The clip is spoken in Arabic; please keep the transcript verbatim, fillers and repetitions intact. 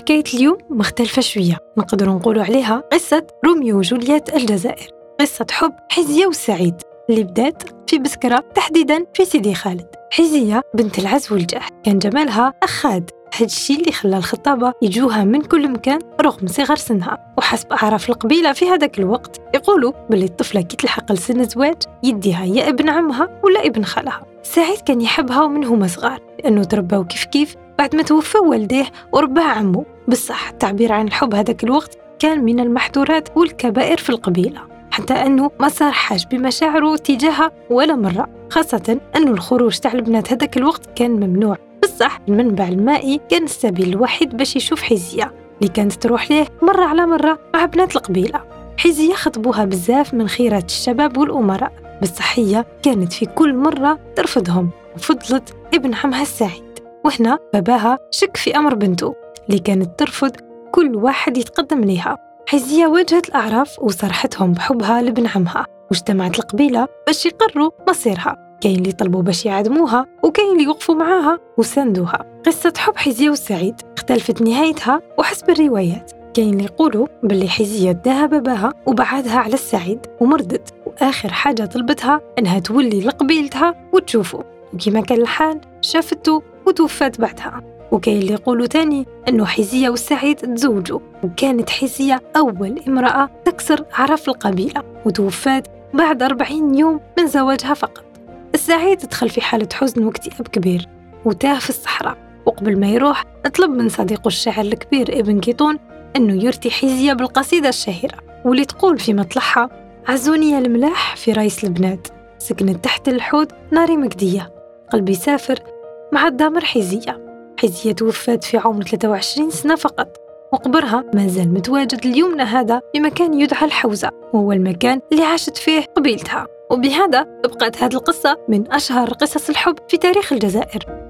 حكاية اليوم مختلفة شوية، نقدر نقولوا عليها قصة روميو وجولييت الجزائر، قصة حب حزية وسعيد اللي بدات في بسكرة، تحديداً في سيدي خالد. حزية بنت العز والجاه، كان جمالها أخاد، هاد الشيء اللي خلى الخطابة يجوها من كل مكان رغم صغر سنها. وحسب أعراف القبيلة في هذاك الوقت يقولوا باللي الطفلة كي تلحق لسن الزواج يديها يا ابن عمها ولا ابن خالها. سعيد كان يحبها ومن هما صغار لأنه تربوا كيف كيف بعد ما توفى والديه ورباه عمه. بصح التعبير عن الحب هذاك الوقت كان من المحظورات والكبائر في القبيلة، حتى أنه ما صرحش بمشاعره تجاهها ولا مرة، خاصة أنه الخروج تاع البنات هذاك الوقت كان ممنوع. بصح المنبع المائي كان السبيل الوحيد باش يشوف حزية اللي كانت تروح ليه مرة على مرة مع بنات القبيلة. حزية خطبوها بزاف من خيرات الشباب والأمراء، بصح هي كانت في كل مرة ترفضهم وفضلت ابن عمها السعيد. وهنا باباها شك في أمر بنته اللي كانت ترفض كل واحد يتقدم ليها. حزية واجهت الأعراف وصرحتهم بحبها لابن عمها، واجتمعت القبيلة باش يقرروا مصيرها. كاين اللي طلبوا باش يعدموها وكاين اللي يوقفوا معاها وساندوها. قصة حب حزية وسعيد اختلفت نهايتها وحسب الروايات. كاين اللي يقولوا باللي حزية داها باباها وبعدها على السعيد ومرضت، وآخر حاجة طلبتها أنها تولي لقبيلتها وتشوفه، وكما كان الحال شافته وتوفات بعدها. وكاين اللي يقولوا تاني أنه حزية والسعيد تزوجوا، وكانت حزية أول امرأة تكسر أعراف القبيلة وتوفات بعد أربعين يوم من زواجها فقط. السعيد دخل في حالة حزن واكتئاب كبير وتاه في الصحراء، وقبل ما يروح طلب من صديقه الشاعر الكبير ابن قيطون أنه يرثي حزية بالقصيدة الشهيرة واللي تقول في مطلعها: عزوني يا الملاح في رايس البنات، سكنت تحت الحوض ناري مكدية، قلبي سافر مع الدامر حزية. حزية توفت في عمر ثلاثة وعشرين سنة فقط، وقبرها ما زال متواجد اليومنا هذا في مكان يدعى الحوزة، وهو المكان اللي عاشت فيه قبيلتها. وبهذا بقت هذه القصة من أشهر قصص الحب في تاريخ الجزائر.